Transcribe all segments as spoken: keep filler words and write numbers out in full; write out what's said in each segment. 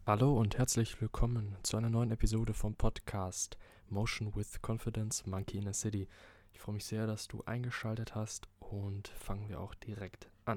Hallo und herzlich willkommen zu einer neuen Episode vom Podcast Motion with Confidence Monkey in a City. Ich freue mich sehr, dass du eingeschaltet hast und fangen wir auch direkt an.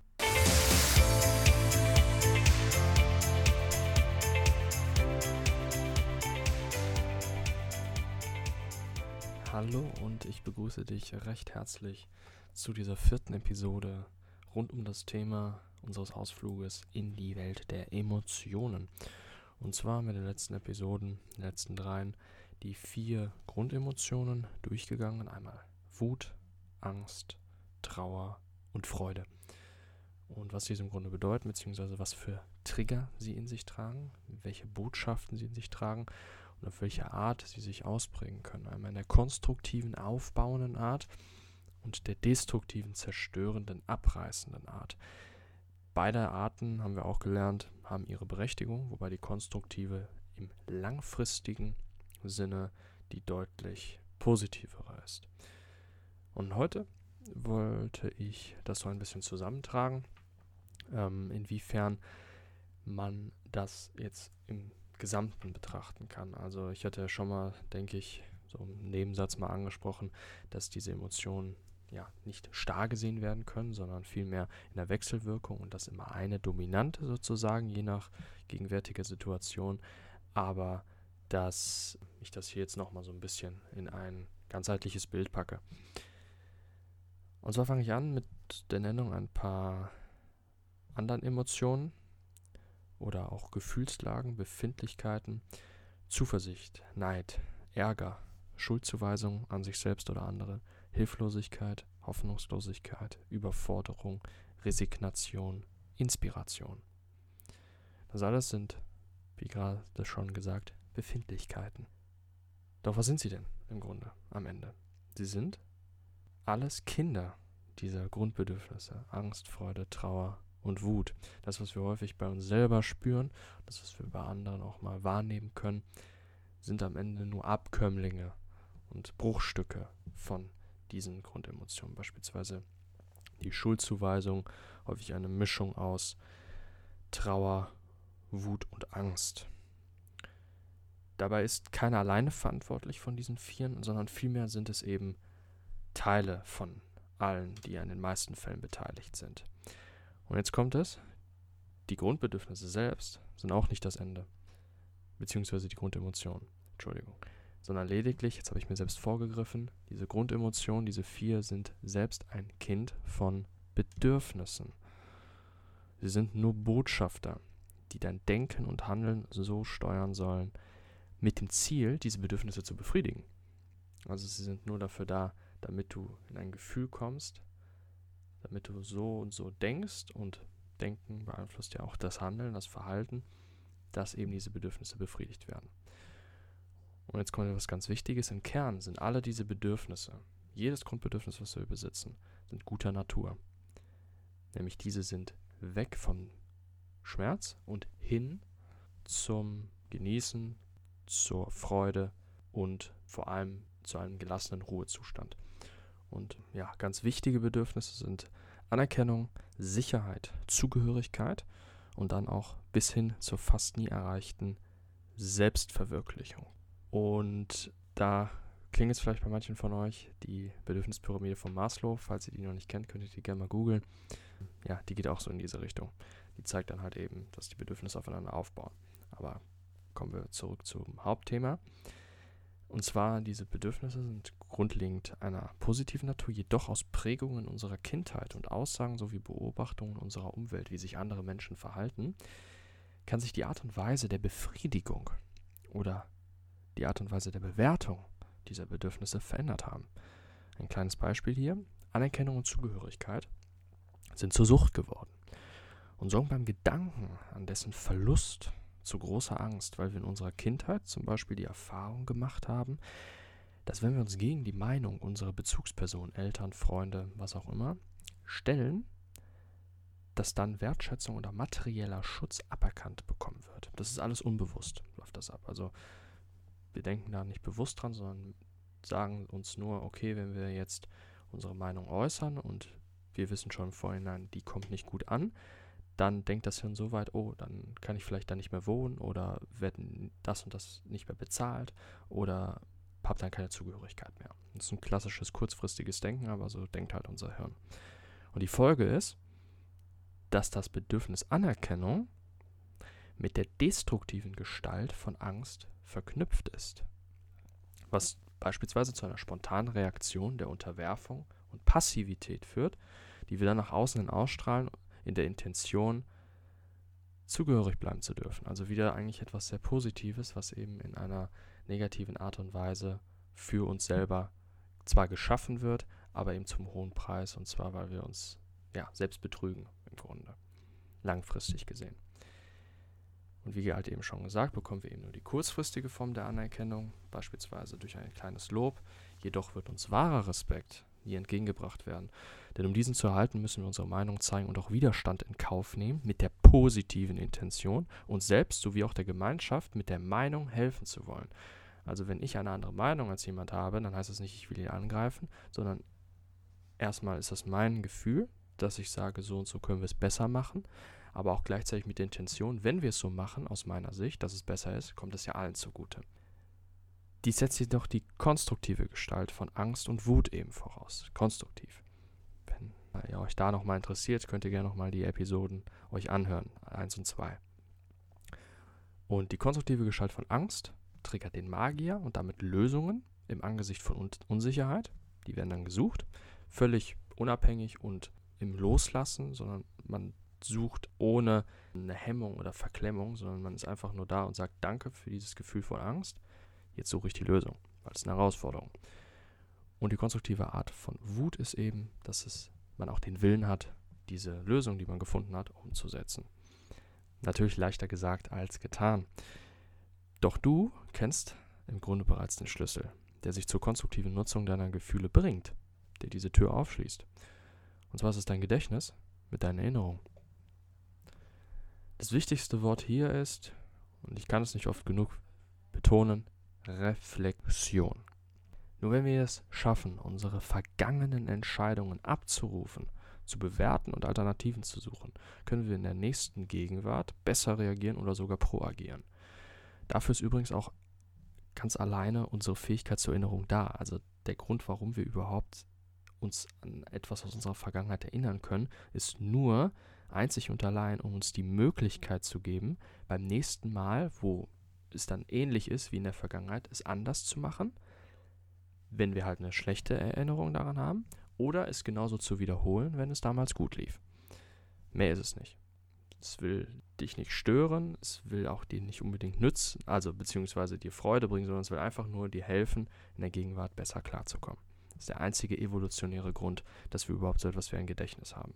Hallo und ich begrüße dich recht herzlich zu dieser vierten Episode rund um das Thema unseres Ausfluges in die Welt der Emotionen. Und zwar haben wir in den letzten Episoden, den letzten dreien, die vier Grundemotionen durchgegangen. Einmal Wut, Angst, Trauer und Freude. Und was diese im Grunde bedeuten, beziehungsweise was für Trigger sie in sich tragen, welche Botschaften sie in sich tragen und auf welche Art sie sich ausprägen können. Einmal in der konstruktiven, aufbauenden Art und der destruktiven, zerstörenden, abreißenden Art. Beide Arten, haben wir auch gelernt, haben ihre Berechtigung, wobei die konstruktive im langfristigen Sinne die deutlich positivere ist. Und heute wollte ich das so ein bisschen zusammentragen, ähm, inwiefern man das jetzt im Gesamten betrachten kann. Also ich hatte ja schon mal, denke ich, so im Nebensatz mal angesprochen, dass diese Emotionen ja nicht starr gesehen werden können, sondern vielmehr in der Wechselwirkung und dass immer eine dominante sozusagen, je nach gegenwärtiger Situation, aber dass ich das hier jetzt nochmal so ein bisschen in ein ganzheitliches Bild packe. Und zwar fange ich an mit der Nennung ein paar anderen Emotionen oder auch Gefühlslagen, Befindlichkeiten, Zuversicht, Neid, Ärger, Schuldzuweisung an sich selbst oder andere, Hilflosigkeit, Hoffnungslosigkeit, Überforderung, Resignation, Inspiration. Das alles sind, wie gerade schon gesagt, Befindlichkeiten. Doch was sind sie denn im Grunde am Ende? Sie sind alles Kinder dieser Grundbedürfnisse, Angst, Freude, Trauer und Wut. Das, was wir häufig bei uns selber spüren, das, was wir bei anderen auch mal wahrnehmen können, sind am Ende nur Abkömmlinge und Bruchstücke von diesen Grundemotionen. Beispielsweise die Schuldzuweisung, häufig eine Mischung aus Trauer, Wut und Angst. Dabei ist keiner alleine verantwortlich von diesen Vieren, sondern vielmehr sind es eben Teile von allen, die in den meisten Fällen beteiligt sind. Und jetzt kommt es, die Grundbedürfnisse selbst sind auch nicht das Ende, beziehungsweise die Grundemotionen, Entschuldigung, sondern lediglich, jetzt habe ich mir selbst vorgegriffen, diese Grundemotionen, diese vier sind selbst ein Kind von Bedürfnissen. Sie sind nur Botschafter, die dein Denken und Handeln so steuern sollen, mit dem Ziel, diese Bedürfnisse zu befriedigen. Also sie sind nur dafür da, damit du in ein Gefühl kommst, damit du so und so denkst, und Denken beeinflusst ja auch das Handeln, das Verhalten, dass eben diese Bedürfnisse befriedigt werden. Und jetzt kommt etwas ganz Wichtiges. Im Kern sind alle diese Bedürfnisse, jedes Grundbedürfnis, was wir besitzen, sind guter Natur. Nämlich diese sind weg vom Schmerz und hin zum Genießen, zur Freude und vor allem zu einem gelassenen Ruhezustand. Und ja, ganz wichtige Bedürfnisse sind Anerkennung, Sicherheit, Zugehörigkeit und dann auch bis hin zur fast nie erreichten Selbstverwirklichung. Und da klingt es vielleicht bei manchen von euch die Bedürfnispyramide von Maslow. Falls ihr die noch nicht kennt, könnt ihr die gerne mal googeln. Ja, die geht auch so in diese Richtung. Die zeigt dann halt eben, dass die Bedürfnisse aufeinander aufbauen. Aber kommen wir zurück zum Hauptthema. Und zwar, diese Bedürfnisse sind grundlegend einer positiven Natur, jedoch aus Prägungen unserer Kindheit und Aussagen sowie Beobachtungen unserer Umwelt, wie sich andere Menschen verhalten, kann sich die Art und Weise der Befriedigung oder die Art und Weise der Bewertung dieser Bedürfnisse verändert haben. Ein kleines Beispiel hier: Anerkennung und Zugehörigkeit sind zur Sucht geworden und sorgen beim Gedanken an dessen Verlust zu großer Angst, weil wir in unserer Kindheit zum Beispiel die Erfahrung gemacht haben, dass wenn wir uns gegen die Meinung unserer Bezugsperson, Eltern, Freunde, was auch immer, stellen, dass dann Wertschätzung oder materieller Schutz aberkannt bekommen wird. Das ist alles unbewusst, läuft das ab. Also wir denken da nicht bewusst dran, sondern sagen uns nur, okay, wenn wir jetzt unsere Meinung äußern und wir wissen schon im Vorhinein, die kommt nicht gut an, dann denkt das Hirn so weit, oh, dann kann ich vielleicht da nicht mehr wohnen oder werden das und das nicht mehr bezahlt oder habe dann keine Zugehörigkeit mehr. Das ist ein klassisches kurzfristiges Denken, aber so denkt halt unser Hirn. Und die Folge ist, dass das Bedürfnis Anerkennung mit der destruktiven Gestalt von Angst verknüpft ist, was beispielsweise zu einer spontanen Reaktion der Unterwerfung und Passivität führt, die wir dann nach außen hin ausstrahlen, in der Intention, zugehörig bleiben zu dürfen. Also wieder eigentlich etwas sehr Positives, was eben in einer negativen Art und Weise für uns selber zwar geschaffen wird, aber eben zum hohen Preis, und zwar, weil wir uns ja selbst betrügen im Grunde, langfristig gesehen. Und wie halt eben schon gesagt, bekommen wir eben nur die kurzfristige Form der Anerkennung, beispielsweise durch ein kleines Lob. Jedoch wird uns wahrer Respekt nie entgegengebracht werden. Denn um diesen zu erhalten, müssen wir unsere Meinung zeigen und auch Widerstand in Kauf nehmen mit der positiven Intention, uns selbst sowie auch der Gemeinschaft mit der Meinung helfen zu wollen. Also wenn ich eine andere Meinung als jemand habe, dann heißt das nicht, ich will ihn angreifen, sondern erstmal ist das mein Gefühl, dass ich sage, so und so können wir es besser machen, aber auch gleichzeitig mit der Intention, wenn wir es so machen, aus meiner Sicht, dass es besser ist, kommt es ja allen zugute. Dies setzt jedoch die konstruktive Gestalt von Angst und Wut eben voraus. Konstruktiv. Wenn ihr euch da nochmal interessiert, könnt ihr gerne nochmal die Episoden euch anhören, eins und zwei. Und die konstruktive Gestalt von Angst triggert den Magier und damit Lösungen im Angesicht von Un- Unsicherheit. Die werden dann gesucht, völlig unabhängig und im Loslassen, sondern man sucht ohne eine Hemmung oder Verklemmung, sondern man ist einfach nur da und sagt Danke für dieses Gefühl von Angst. Jetzt suche ich die Lösung, weil es eine Herausforderung. Und die konstruktive Art von Wut ist eben, dass es, man auch den Willen hat, diese Lösung, die man gefunden hat, umzusetzen. Natürlich leichter gesagt als getan. Doch du kennst im Grunde bereits den Schlüssel, der sich zur konstruktiven Nutzung deiner Gefühle bringt, der diese Tür aufschließt. Und zwar ist es dein Gedächtnis mit deinen Erinnerungen. Das wichtigste Wort hier ist, und ich kann es nicht oft genug betonen, Reflexion. Nur wenn wir es schaffen, unsere vergangenen Entscheidungen abzurufen, zu bewerten und Alternativen zu suchen, können wir in der nächsten Gegenwart besser reagieren oder sogar proagieren. Dafür ist übrigens auch ganz alleine unsere Fähigkeit zur Erinnerung da. Also der Grund, warum wir überhaupt uns an etwas aus unserer Vergangenheit erinnern können, ist nur einzig und allein, um uns die Möglichkeit zu geben, beim nächsten Mal, wo es dann ähnlich ist wie in der Vergangenheit, es anders zu machen, wenn wir halt eine schlechte Erinnerung daran haben, oder es genauso zu wiederholen, wenn es damals gut lief. Mehr ist es nicht. Es will dich nicht stören, es will auch dir nicht unbedingt nützen, also beziehungsweise dir Freude bringen, sondern es will einfach nur dir helfen, in der Gegenwart besser klarzukommen. Das ist der einzige evolutionäre Grund, dass wir überhaupt so etwas wie ein Gedächtnis haben.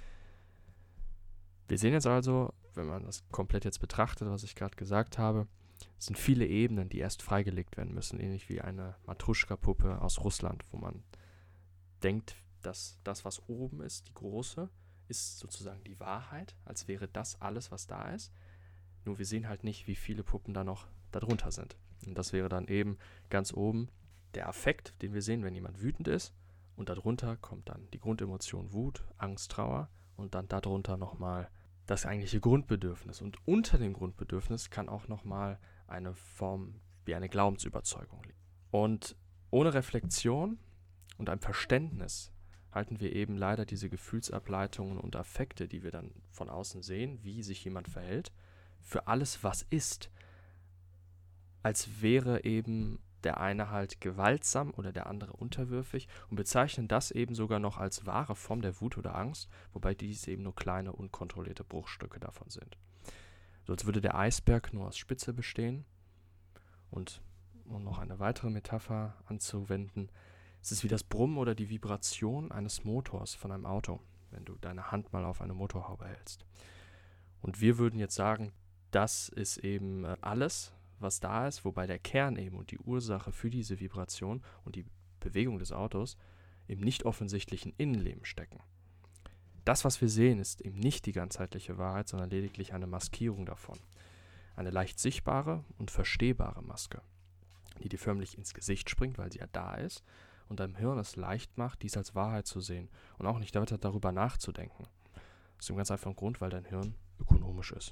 Wir sehen jetzt also, wenn man das komplett jetzt betrachtet, was ich gerade gesagt habe, es sind viele Ebenen, die erst freigelegt werden müssen, ähnlich wie eine Matruschka-Puppe aus Russland, wo man denkt, dass das, was oben ist, die große, ist sozusagen die Wahrheit, als wäre das alles, was da ist. Nur wir sehen halt nicht, wie viele Puppen da noch darunter sind. Und das wäre dann eben ganz oben der Affekt, den wir sehen, wenn jemand wütend ist. Und darunter kommt dann die Grundemotion Wut, Angst, Trauer und dann darunter nochmal das eigentliche Grundbedürfnis. Und unter dem Grundbedürfnis kann auch nochmal eine Form wie eine Glaubensüberzeugung liegen. Und ohne Reflexion und ein Verständnis halten wir eben leider diese Gefühlsableitungen und Affekte, die wir dann von außen sehen, wie sich jemand verhält, für alles, was ist, als wäre eben der eine halt gewaltsam oder der andere unterwürfig und bezeichnen das eben sogar noch als wahre Form der Wut oder Angst, wobei dies eben nur kleine, unkontrollierte Bruchstücke davon sind. So als würde der Eisberg nur aus Spitze bestehen. Und um noch eine weitere Metapher anzuwenden, es ist wie das Brummen oder die Vibration eines Motors von einem Auto, wenn du deine Hand mal auf eine Motorhaube hältst. Und wir würden jetzt sagen, das ist eben alles, was da ist, wobei der Kern eben und die Ursache für diese Vibration und die Bewegung des Autos im nicht offensichtlichen Innenleben stecken. Das, was wir sehen, ist eben nicht die ganzheitliche Wahrheit, sondern lediglich eine Maskierung davon. Eine leicht sichtbare und verstehbare Maske, die dir förmlich ins Gesicht springt, weil sie ja da ist und deinem Hirn es leicht macht, dies als Wahrheit zu sehen und auch nicht weiter darüber nachzudenken. Aus dem ganz einfachen Grund, weil dein Hirn ökonomisch ist.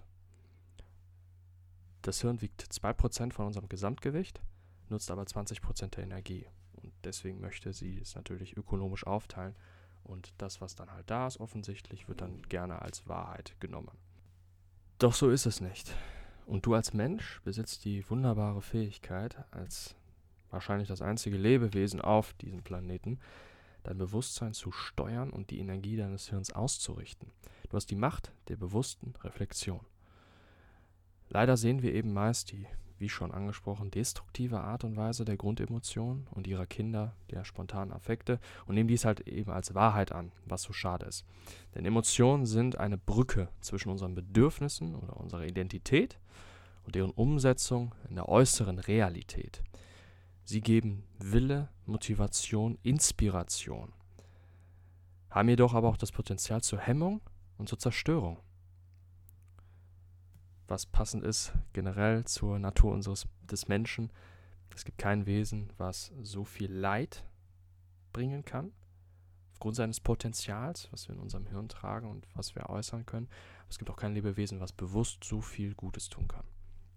Das Hirn wiegt zwei Prozent von unserem Gesamtgewicht, nutzt aber zwanzig Prozent der Energie. Und deswegen möchte sie es natürlich ökonomisch aufteilen. Und das, was dann halt da ist, offensichtlich, wird dann gerne als Wahrheit genommen. Doch so ist es nicht. Und du als Mensch besitzt die wunderbare Fähigkeit, als wahrscheinlich das einzige Lebewesen auf diesem Planeten, dein Bewusstsein zu steuern und die Energie deines Hirns auszurichten. Du hast die Macht der bewussten Reflexion. Leider sehen wir eben meist die, wie schon angesprochen, destruktive Art und Weise der Grundemotionen und ihrer Kinder, der spontanen Affekte, und nehmen dies halt eben als Wahrheit an, was so schade ist. Denn Emotionen sind eine Brücke zwischen unseren Bedürfnissen oder unserer Identität und deren Umsetzung in der äußeren Realität. Sie geben Wille, Motivation, Inspiration, haben jedoch aber auch das Potenzial zur Hemmung und zur Zerstörung. Was passend ist generell zur Natur unseres des Menschen. Es gibt kein Wesen, was so viel Leid bringen kann, aufgrund seines Potenzials, was wir in unserem Hirn tragen und was wir äußern können. Aber es gibt auch kein Lebewesen, was bewusst so viel Gutes tun kann.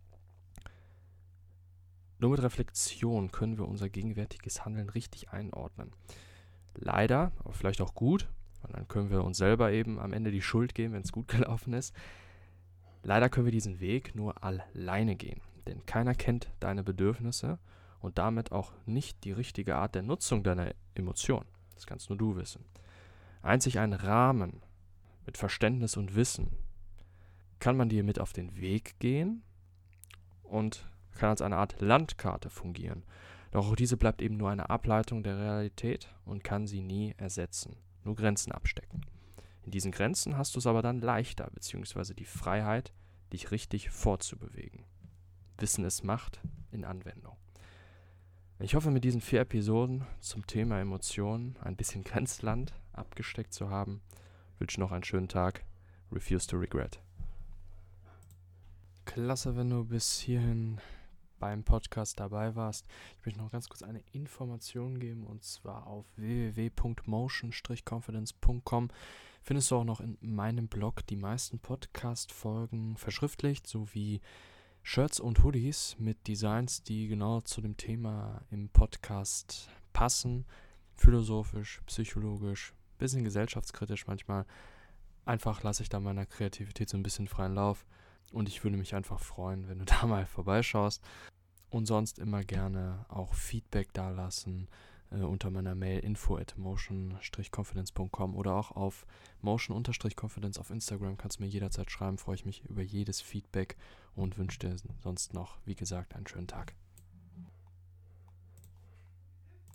Nur mit Reflexion können wir unser gegenwärtiges Handeln richtig einordnen. Leider, aber vielleicht auch gut, weil dann können wir uns selber eben am Ende die Schuld geben, wenn es gut gelaufen ist. Leider können wir diesen Weg nur alleine gehen, denn keiner kennt deine Bedürfnisse und damit auch nicht die richtige Art der Nutzung deiner Emotionen. Das kannst nur du wissen. Einzig ein Rahmen mit Verständnis und Wissen kann man dir mit auf den Weg gehen und kann als eine Art Landkarte fungieren. Doch auch diese bleibt eben nur eine Ableitung der Realität und kann sie nie ersetzen, nur Grenzen abstecken. In diesen Grenzen hast du es aber dann leichter, beziehungsweise die Freiheit, dich richtig fortzubewegen. Wissen ist Macht in Anwendung. Ich hoffe, mit diesen vier Episoden zum Thema Emotionen ein bisschen Grenzland abgesteckt zu haben. Ich wünsche noch einen schönen Tag. Refuse to regret. Klasse, wenn du bis hierhin beim Podcast dabei warst. Ich möchte noch ganz kurz eine Information geben, und zwar auf w w w punkt motion dash confidence punkt com findest du auch noch in meinem Blog die meisten Podcast-Folgen verschriftlicht, sowie Shirts und Hoodies mit Designs, die genau zu dem Thema im Podcast passen. Philosophisch, psychologisch, bisschen gesellschaftskritisch manchmal. Einfach lasse ich da meiner Kreativität so ein bisschen freien Lauf. Und ich würde mich einfach freuen, wenn du da mal vorbeischaust. Und sonst immer gerne auch Feedback dalassen äh, unter meiner Mail info at motion dash confidence punkt com oder auch auf motion-confidence auf Instagram. Kannst du mir jederzeit schreiben, freue ich mich über jedes Feedback und wünsche dir sonst noch, wie gesagt, einen schönen Tag.